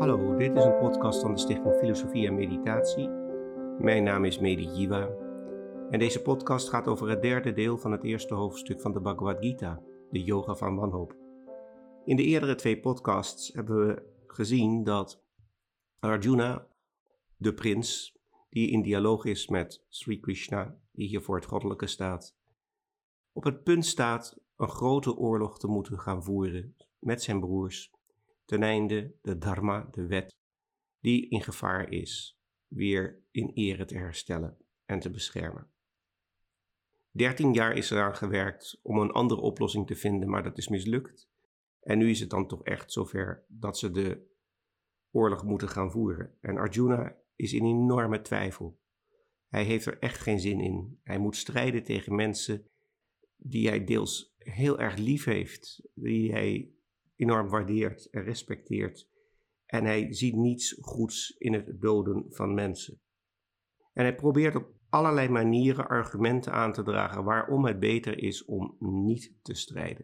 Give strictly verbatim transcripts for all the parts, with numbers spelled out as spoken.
Hallo, dit is een podcast van de Stichting Filosofie en Meditatie. Mijn naam is Mehdi Jiwa en deze podcast gaat over het derde deel van het eerste hoofdstuk van de Bhagavad Gita, de yoga van wanhoop. In de eerdere twee podcasts hebben we gezien dat Arjuna, de prins, die in dialoog is met Sri Krishna, die hier voor het goddelijke staat, op het punt staat een grote oorlog te moeten gaan voeren met zijn broers, ten einde de dharma, de wet, die in gevaar is, weer in ere te herstellen en te beschermen. Dertien jaar is eraan gewerkt om een andere oplossing te vinden, maar dat is mislukt. En nu is het dan toch echt zover dat ze de oorlog moeten gaan voeren. En Arjuna is in enorme twijfel. Hij heeft er echt geen zin in. Hij moet strijden tegen mensen die hij deels heel erg lief heeft, die hij enorm waardeert en respecteert. En hij ziet niets goeds in het doden van mensen. En hij probeert op allerlei manieren argumenten aan te dragen waarom het beter is om niet te strijden.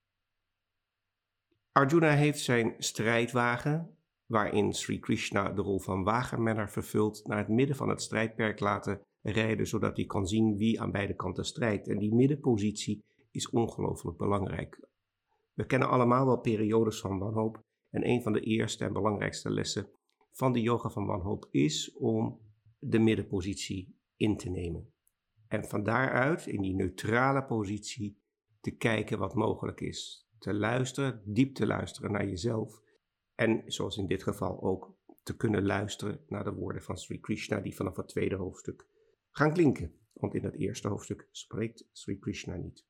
Arjuna heeft zijn strijdwagen, waarin Sri Krishna de rol van wagenmenner vervult, naar het midden van het strijdperk laten rijden, zodat hij kan zien wie aan beide kanten strijdt. En die middenpositie is ongelooflijk belangrijk. We kennen allemaal wel periodes van wanhoop en een van de eerste en belangrijkste lessen van de yoga van wanhoop is om de middenpositie in te nemen. En van daaruit, in die neutrale positie, te kijken wat mogelijk is. Te luisteren, diep te luisteren naar jezelf en, zoals in dit geval ook, te kunnen luisteren naar de woorden van Sri Krishna die vanaf het tweede hoofdstuk gaan klinken. Want in het eerste hoofdstuk spreekt Sri Krishna niet.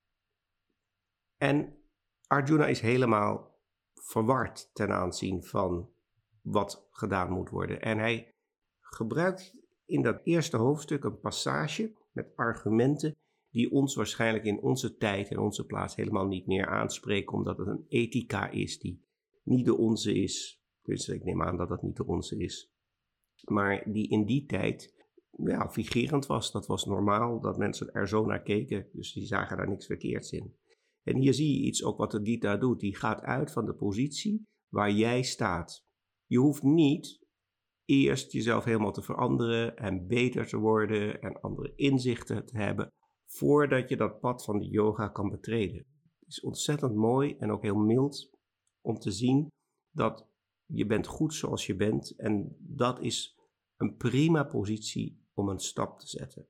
En Arjuna is helemaal verward ten aanzien van wat gedaan moet worden. En hij gebruikt in dat eerste hoofdstuk een passage met argumenten die ons waarschijnlijk in onze tijd en onze plaats helemaal niet meer aanspreken, omdat het een ethica is die niet de onze is. Dus ik neem aan dat dat niet de onze is. Maar die in die tijd ja, vigerend was. Dat was normaal dat mensen er zo naar keken. Dus die zagen daar niks verkeerds in. En hier zie je iets ook wat de Gita doet. Die gaat uit van de positie waar jij staat. Je hoeft niet eerst jezelf helemaal te veranderen en beter te worden en andere inzichten te hebben voordat je dat pad van de yoga kan betreden. Het is ontzettend mooi en ook heel mild om te zien dat je bent goed zoals je bent en dat is een prima positie om een stap te zetten.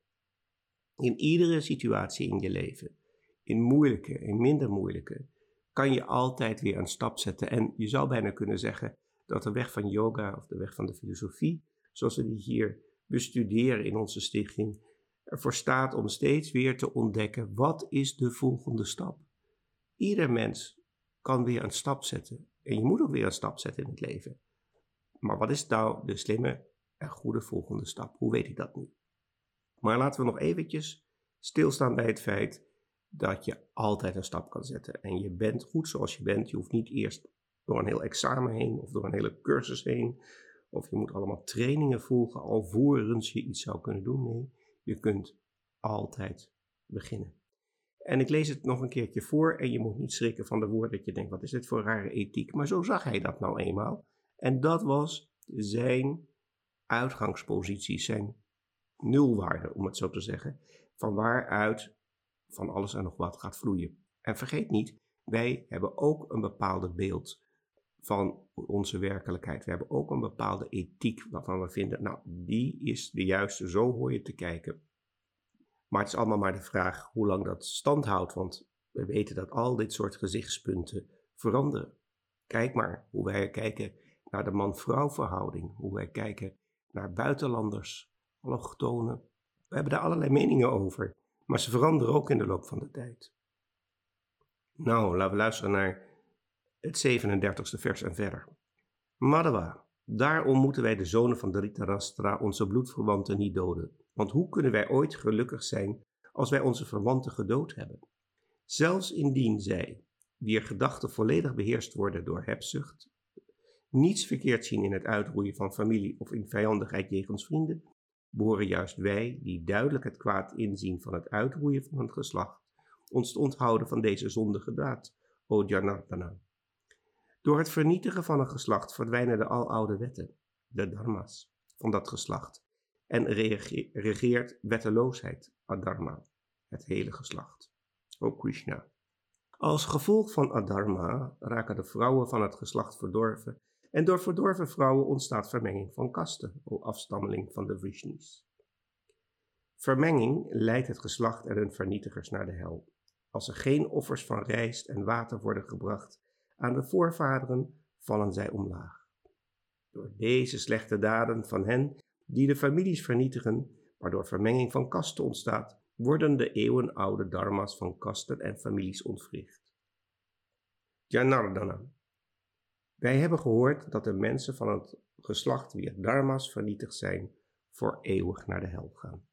In iedere situatie in je leven, in moeilijke, in minder moeilijke, kan je altijd weer een stap zetten. En je zou bijna kunnen zeggen dat de weg van yoga of de weg van de filosofie, zoals we die hier bestuderen in onze stichting, ervoor staat om steeds weer te ontdekken, wat is de volgende stap? Ieder mens kan weer een stap zetten. En je moet ook weer een stap zetten in het leven. Maar wat is nou de slimme en goede volgende stap? Hoe weet ik dat nu? Maar laten we nog eventjes stilstaan bij het feit dat je altijd een stap kan zetten. En je bent goed zoals je bent. Je hoeft niet eerst door een heel examen heen of door een hele cursus heen. Of je moet allemaal trainingen volgen alvorens je iets zou kunnen doen. Nee, je kunt altijd beginnen. En ik lees het nog een keertje voor en je moet niet schrikken van de woorden dat je denkt, wat is dit voor rare ethiek? Maar zo zag hij dat nou eenmaal. En dat was zijn uitgangspositie, zijn nulwaarde, om het zo te zeggen, van waaruit van alles en nog wat gaat vloeien. En vergeet niet, wij hebben ook een bepaalde beeld van onze werkelijkheid. We hebben ook een bepaalde ethiek waarvan we vinden, nou, die is de juiste, zo hoor je te kijken. Maar het is allemaal maar de vraag hoe lang dat stand houdt, want we weten dat al dit soort gezichtspunten veranderen. Kijk maar hoe wij kijken naar de man-vrouw verhouding, hoe wij kijken naar buitenlanders, allochtonen. We hebben daar allerlei meningen over, maar ze veranderen ook in de loop van de tijd. Nou, laten we luisteren naar het zevenendertigste vers en verder. Madhava, daarom moeten wij de zonen van Dhritarashtra, onze bloedverwanten, niet doden. Want hoe kunnen wij ooit gelukkig zijn als wij onze verwanten gedood hebben? Zelfs indien zij, wier gedachten volledig beheerst worden door hebzucht, niets verkeerd zien in het uitroeien van familie of in vijandigheid jegens vrienden, behoren juist wij, die duidelijk het kwaad inzien van het uitroeien van het geslacht, ons te onthouden van deze zondige daad, o Janardana. Door het vernietigen van een geslacht verdwijnen de aloude wetten, de dharma's, van dat geslacht en reage- regeert wetteloosheid, adharma, het hele geslacht. O Krishna. Als gevolg van adharma raken de vrouwen van het geslacht verdorven en door verdorven vrouwen ontstaat vermenging van kasten, o afstammeling van de Vrishnis. Vermenging leidt het geslacht en hun vernietigers naar de hel. Als er geen offers van rijst en water worden gebracht aan de voorvaderen, vallen zij omlaag. Door deze slechte daden van hen die de families vernietigen, waardoor vermenging van kasten ontstaat, worden de eeuwenoude dharma's van kasten en families ontwricht. Janardana. Wij hebben gehoord dat de mensen van het geslacht wier dharma's vernietigd zijn, voor eeuwig naar de hel gaan.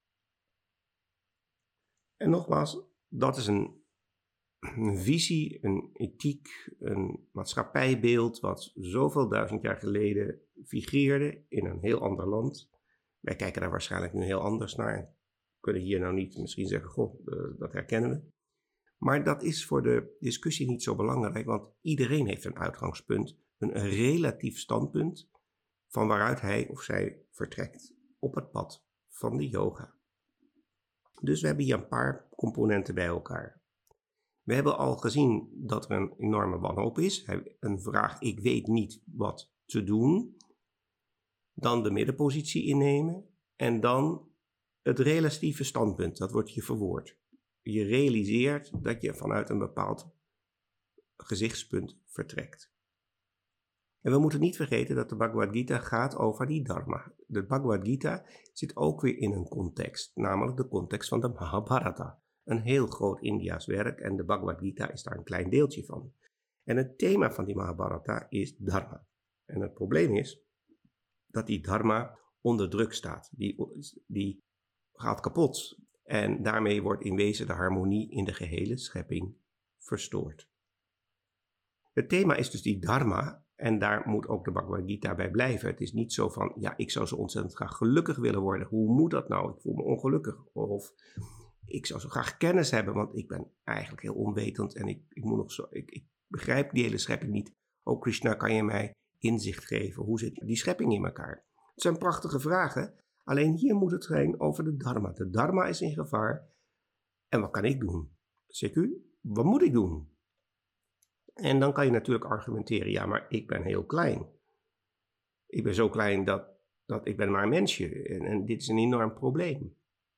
En nogmaals, dat is een, een visie, een ethiek, een maatschappijbeeld wat zoveel duizend jaar geleden figureerde in een heel ander land. Wij kijken daar waarschijnlijk nu heel anders naar. We kunnen hier nou niet misschien zeggen, goh, uh, dat herkennen we. Maar dat is voor de discussie niet zo belangrijk, want iedereen heeft een uitgangspunt, een relatief standpunt, van waaruit hij of zij vertrekt op het pad van de yoga. Dus we hebben hier een paar componenten bij elkaar. We hebben al gezien dat er een enorme wanhoop is, een vraag, ik weet niet wat te doen, dan de middenpositie innemen en dan het relatieve standpunt, dat wordt je verwoord. Je realiseert dat je vanuit een bepaald gezichtspunt vertrekt. En we moeten niet vergeten dat de Bhagavad Gita gaat over die dharma. De Bhagavad Gita zit ook weer in een context, namelijk de context van de Mahabharata. Een heel groot Indiaas werk en de Bhagavad Gita is daar een klein deeltje van. En het thema van die Mahabharata is dharma. En het probleem is dat die dharma onder druk staat. Die, die gaat kapot. En daarmee wordt in wezen de harmonie in de gehele schepping verstoord. Het thema is dus die dharma en daar moet ook de Bhagavad Gita bij blijven. Het is niet zo van, ja, ik zou zo ontzettend graag gelukkig willen worden. Hoe moet dat nou? Ik voel me ongelukkig. Of ik zou zo graag kennis hebben, want ik ben eigenlijk heel onwetend en ik, ik, moet nog zo, ik, ik begrijp die hele schepping niet. Oh Krishna, kan je mij inzicht geven? Hoe zit die schepping in elkaar? Het zijn prachtige vragen. Alleen hier moet het gaan over de dharma. De dharma is in gevaar. En wat kan ik doen? C Q, wat moet ik doen? En dan kan je natuurlijk argumenteren, ja, maar ik ben heel klein. Ik ben zo klein dat, dat ik ben maar een mensje. En, en dit is een enorm probleem.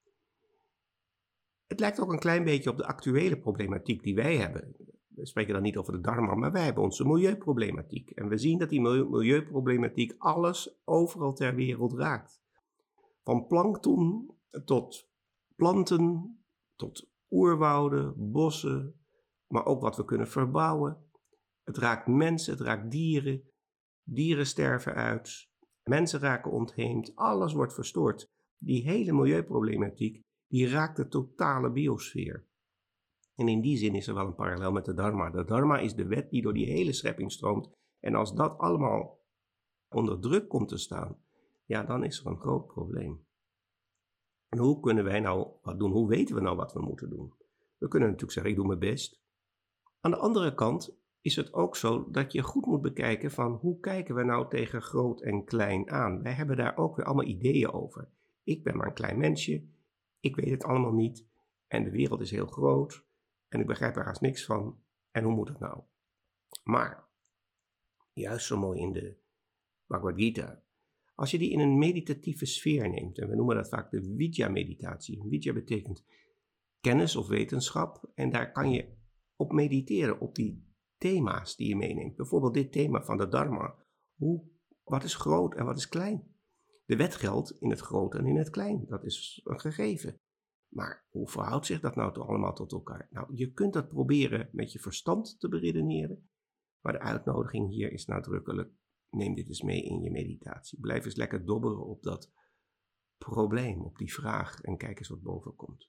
Het lijkt ook een klein beetje op de actuele problematiek die wij hebben. We spreken dan niet over de dharma, maar wij hebben onze milieuproblematiek. En we zien dat die milieuproblematiek alles overal ter wereld raakt. Van plankton tot planten, tot oerwouden, bossen, maar ook wat we kunnen verbouwen. Het raakt mensen, het raakt dieren. Dieren sterven uit, mensen raken ontheemd, alles wordt verstoord. Die hele milieuproblematiek, die raakt de totale biosfeer. En in die zin is er wel een parallel met de dharma. De dharma is de wet die door die hele schepping stroomt. En als dat allemaal onder druk komt te staan, ja, dan is er een groot probleem. En hoe kunnen wij nou wat doen? Hoe weten we nou wat we moeten doen? We kunnen natuurlijk zeggen, ik doe mijn best. Aan de andere kant is het ook zo dat je goed moet bekijken van hoe kijken we nou tegen groot en klein aan. Wij hebben daar ook weer allemaal ideeën over. Ik ben maar een klein mensje, ik weet het allemaal niet en de wereld is heel groot en ik begrijp er haast niks van. En hoe moet het nou? Maar, juist zo mooi in de Bhagavad Gita, als je die in een meditatieve sfeer neemt, en we noemen dat vaak de Vidya-meditatie. Vidya betekent kennis of wetenschap en daar kan je op mediteren, op die thema's die je meeneemt. Bijvoorbeeld dit thema van de dharma. Hoe, wat is groot en wat is klein? De wet geldt in het groot en in het klein. Dat is een gegeven. Maar hoe verhoudt zich dat nou toch allemaal tot elkaar? Nou, je kunt dat proberen met je verstand te beredeneren. Maar de uitnodiging hier is nadrukkelijk, neem dit eens mee in je meditatie. Blijf eens lekker dobberen op dat probleem, op die vraag en kijk eens wat boven komt.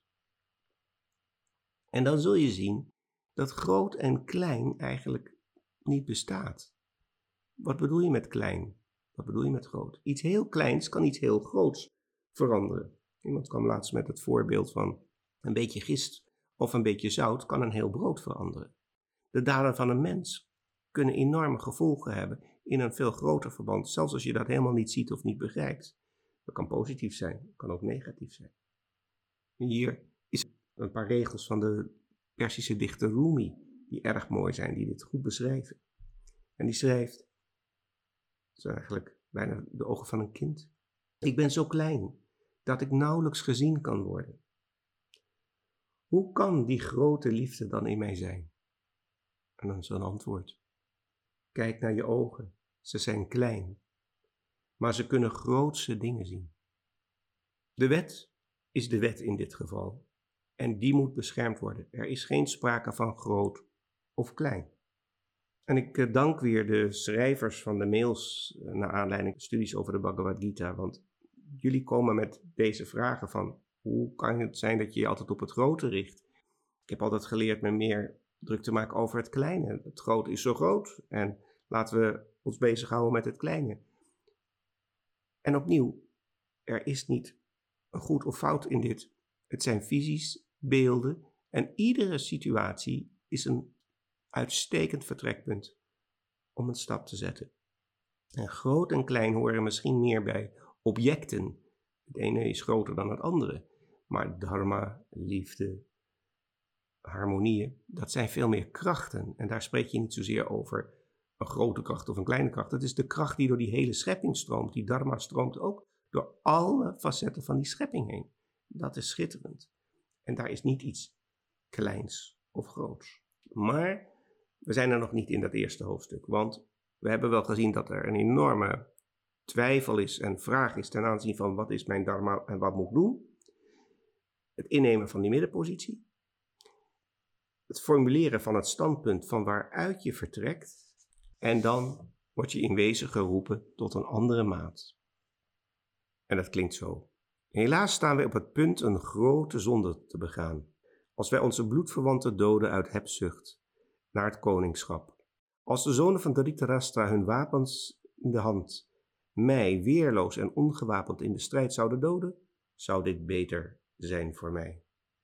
En dan zul je zien dat groot en klein eigenlijk niet bestaat. Wat bedoel je met klein? Wat bedoel je met groot? Iets heel kleins kan iets heel groots veranderen. Iemand kwam laatst met het voorbeeld van een beetje gist of een beetje zout kan een heel brood veranderen. De daden van een mens kunnen enorme gevolgen hebben in een veel groter verband, zelfs als je dat helemaal niet ziet of niet begrijpt. Dat kan positief zijn, dat kan ook negatief zijn. Hier is een paar regels van de Perzische dichter Rumi, die erg mooi zijn, die dit goed beschrijven. En die schrijft, dat is eigenlijk bijna de ogen van een kind: ik ben zo klein dat ik nauwelijks gezien kan worden. Hoe kan die grote liefde dan in mij zijn? En dan is een antwoord: kijk naar je ogen, ze zijn klein, maar ze kunnen grootse dingen zien. De wet is de wet in dit geval, en die moet beschermd worden. Er is geen sprake van groot of klein. En ik dank weer de schrijvers van de mails naar aanleiding van studies over de Bhagavad Gita, want jullie komen met deze vragen van: hoe kan het zijn dat je je altijd op het grote richt? Ik heb altijd geleerd me meer druk te maken over het kleine. Het grote is zo groot en laten we ons bezighouden met het kleine. En opnieuw, er is niet een goed of fout in dit. Het zijn visies, beelden en iedere situatie is een uitstekend vertrekpunt om een stap te zetten. En groot en klein horen misschien meer bij objecten. Het ene is groter dan het andere, maar dharma, liefde, harmonieën, dat zijn veel meer krachten. En daar spreek je niet zozeer over een grote kracht of een kleine kracht. Het is de kracht die door die hele schepping stroomt. Die dharma stroomt ook door alle facetten van die schepping heen. Dat is schitterend. En daar is niet iets kleins of groots. Maar we zijn er nog niet in dat eerste hoofdstuk, want we hebben wel gezien dat er een enorme twijfel is en vraag is ten aanzien van wat is mijn dharma en wat moet ik doen. Het innemen van die middenpositie. Het formuleren van het standpunt van waaruit je vertrekt. En dan word je in wezen geroepen tot een andere maat. En dat klinkt zo: helaas staan wij op het punt een grote zonde te begaan, als wij onze bloedverwanten doden uit hebzucht naar het koningschap. Als de zonen van Dhritarashtra hun wapens in de hand mij weerloos en ongewapend in de strijd zouden doden, zou dit beter zijn voor mij.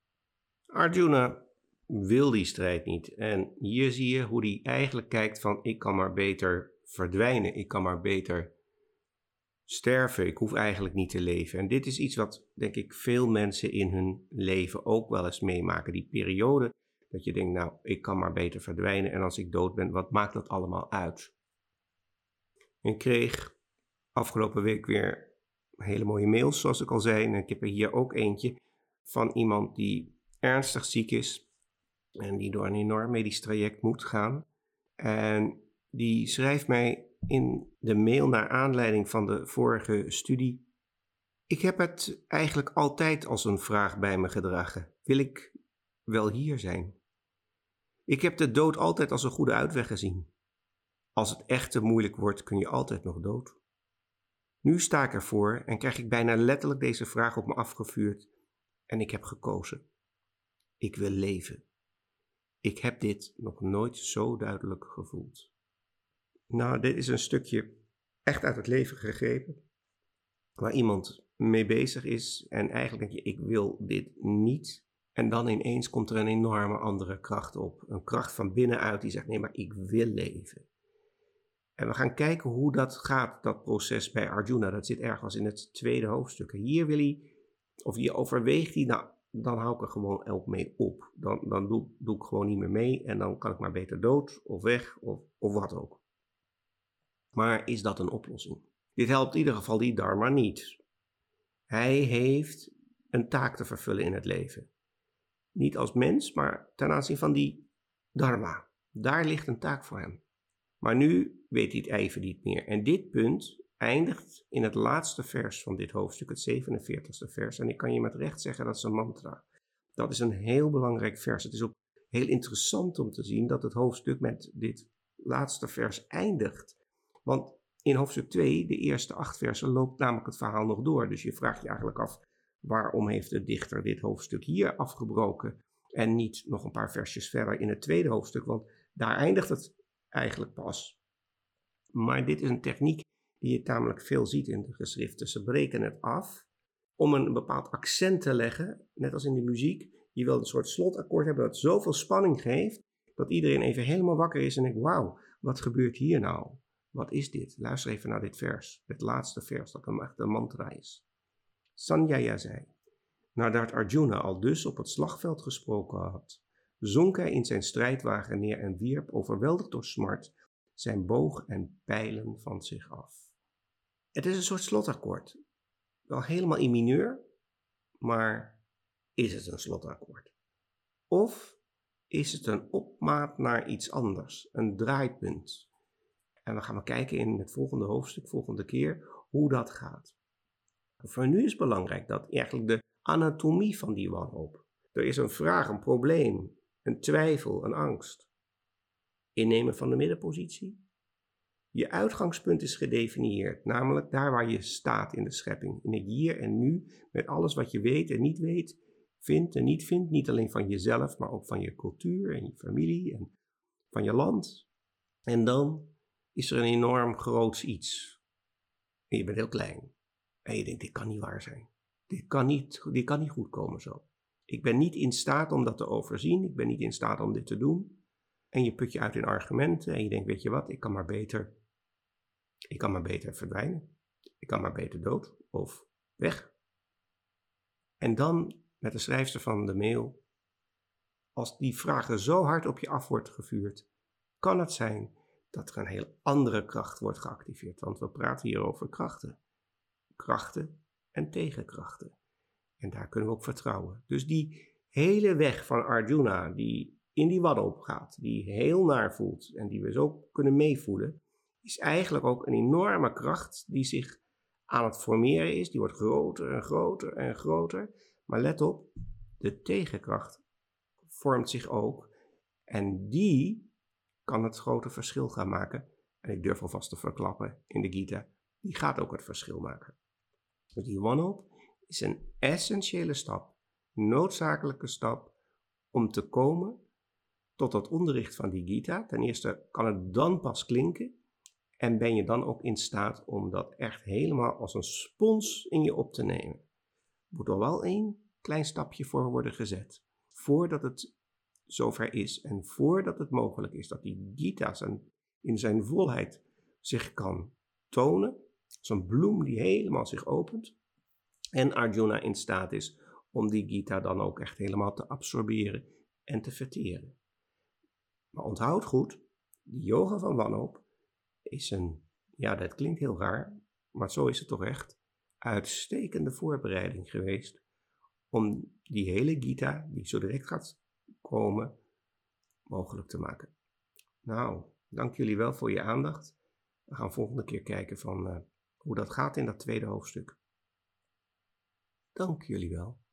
Arjuna wil die strijd niet. En hier zie je hoe hij eigenlijk kijkt van: ik kan maar beter verdwijnen, ik kan maar beter sterven, ik hoef eigenlijk niet te leven. En dit is iets wat, denk ik, veel mensen in hun leven ook wel eens meemaken. Die periode dat je denkt: nou, ik kan maar beter verdwijnen en als ik dood ben, wat maakt dat allemaal uit? Ik kreeg afgelopen week weer hele mooie mails, zoals ik al zei. En ik heb er hier ook eentje van iemand die ernstig ziek is en die door een enorm medisch traject moet gaan. En die schrijft mij in de mail naar aanleiding van de vorige studie: ik heb het eigenlijk altijd als een vraag bij me gedragen. Wil ik wel hier zijn? Ik heb de dood altijd als een goede uitweg gezien. Als het echt te moeilijk wordt, kun je altijd nog dood. Nu sta ik ervoor en krijg ik bijna letterlijk deze vraag op me afgevuurd. En ik heb gekozen. Ik wil leven. Ik heb dit nog nooit zo duidelijk gevoeld. Nou, dit is een stukje echt uit het leven gegrepen, waar iemand mee bezig is en eigenlijk denk je: ik wil dit niet. En dan ineens komt er een enorme andere kracht op. Een kracht van binnenuit die zegt: nee, maar ik wil leven. En we gaan kijken hoe dat gaat, dat proces bij Arjuna. Dat zit ergens in het tweede hoofdstuk. Hier wil hij, of hier overweegt hij: nou, dan hou ik er gewoon elk mee op. Dan, dan doe, doe ik gewoon niet meer mee en dan kan ik maar beter dood of weg of, of wat ook. Maar is dat een oplossing? Dit helpt in ieder geval die dharma niet. Hij heeft een taak te vervullen in het leven. Niet als mens, maar ten aanzien van die dharma. Daar ligt een taak voor hem. Maar nu weet hij het even niet meer. En dit punt eindigt in het laatste vers van dit hoofdstuk, het zevenenveertigste vers. En ik kan je met recht zeggen, dat is een mantra. Dat is een heel belangrijk vers. Het is ook heel interessant om te zien dat het hoofdstuk met dit laatste vers eindigt. Want in hoofdstuk twee, de eerste acht versen, loopt namelijk het verhaal nog door. Dus je vraagt je eigenlijk af: waarom heeft de dichter dit hoofdstuk hier afgebroken en niet nog een paar versjes verder in het tweede hoofdstuk? Want daar eindigt het eigenlijk pas. Maar dit is een techniek die je tamelijk veel ziet in de geschriften. Ze breken het af om een bepaald accent te leggen, net als in de muziek. Je wil een soort slotakkoord hebben dat zoveel spanning geeft, dat iedereen even helemaal wakker is en denkt: wauw, Wat gebeurt hier nou? Wat is dit? Luister even naar dit vers, het laatste vers, dat een echt een mantra is. Sanjaya zei, nadat Arjuna al dus op het slagveld gesproken had, zonk hij in zijn strijdwagen neer en wierp, overweldigd door smart, zijn boog en pijlen van zich af. Het is een soort slotakkoord. Wel helemaal in mineur, maar is het een slotakkoord? Of is het een opmaat naar iets anders, een draaipunt? En we gaan maar kijken in het volgende hoofdstuk, volgende keer, hoe dat gaat. Voor nu is belangrijk dat eigenlijk de anatomie van die wanhoop. Er is een vraag, een probleem, een twijfel, een angst. Innemen van de middenpositie. Je uitgangspunt is gedefinieerd, namelijk daar waar je staat in de schepping, in het hier en nu, met alles wat je weet en niet weet, vindt en niet vindt, niet alleen van jezelf, maar ook van je cultuur en je familie en van je land. En dan is er een enorm groots iets. En je bent heel klein. En je denkt, dit kan niet waar zijn. Dit kan niet, dit kan niet goed komen zo. Ik ben niet in staat om dat te overzien. Ik ben niet in staat om dit te doen. En je put je uit in argumenten en je denkt, weet je wat, ik kan maar beter, ik kan maar beter verdwijnen. Ik kan maar beter dood of weg. En dan met de schrijfster van de mail, als die vragen zo hard op je af wordt gevuurd, kan het zijn dat er een heel andere kracht wordt geactiveerd. Want we praten hier over krachten. Krachten en tegenkrachten. En daar kunnen we op vertrouwen. Dus die hele weg van Arjuna, die in die wanhoop gaat, die heel naar voelt en die we zo kunnen meevoelen, is eigenlijk ook een enorme kracht die zich aan het formeren is. Die wordt groter en groter en groter. Maar let op, de tegenkracht vormt zich ook. En die kan het grote verschil gaan maken. En ik durf alvast te verklappen in de Gita, die gaat ook het verschil maken. Dus die wanhoop is een essentiële stap, noodzakelijke stap om te komen tot dat onderricht van die Gita. Ten eerste kan het dan pas klinken en ben je dan ook in staat om dat echt helemaal als een spons in je op te nemen. Er moet al wel één klein stapje voor worden gezet, voordat het zover is en voordat het mogelijk is dat die Gita zijn, in zijn volheid zich kan tonen. Zo'n bloem die helemaal zich opent. En Arjuna in staat is om die Gita dan ook echt helemaal te absorberen en te verteren. Maar onthoud goed, die yoga van wanhoop is een, ja dat klinkt heel raar, maar zo is het toch echt, uitstekende voorbereiding geweest om die hele Gita, die zo direct gaat komen, mogelijk te maken. Nou, dank jullie wel voor je aandacht. We gaan volgende keer kijken van uh, hoe dat gaat in dat tweede hoofdstuk. Dank jullie wel.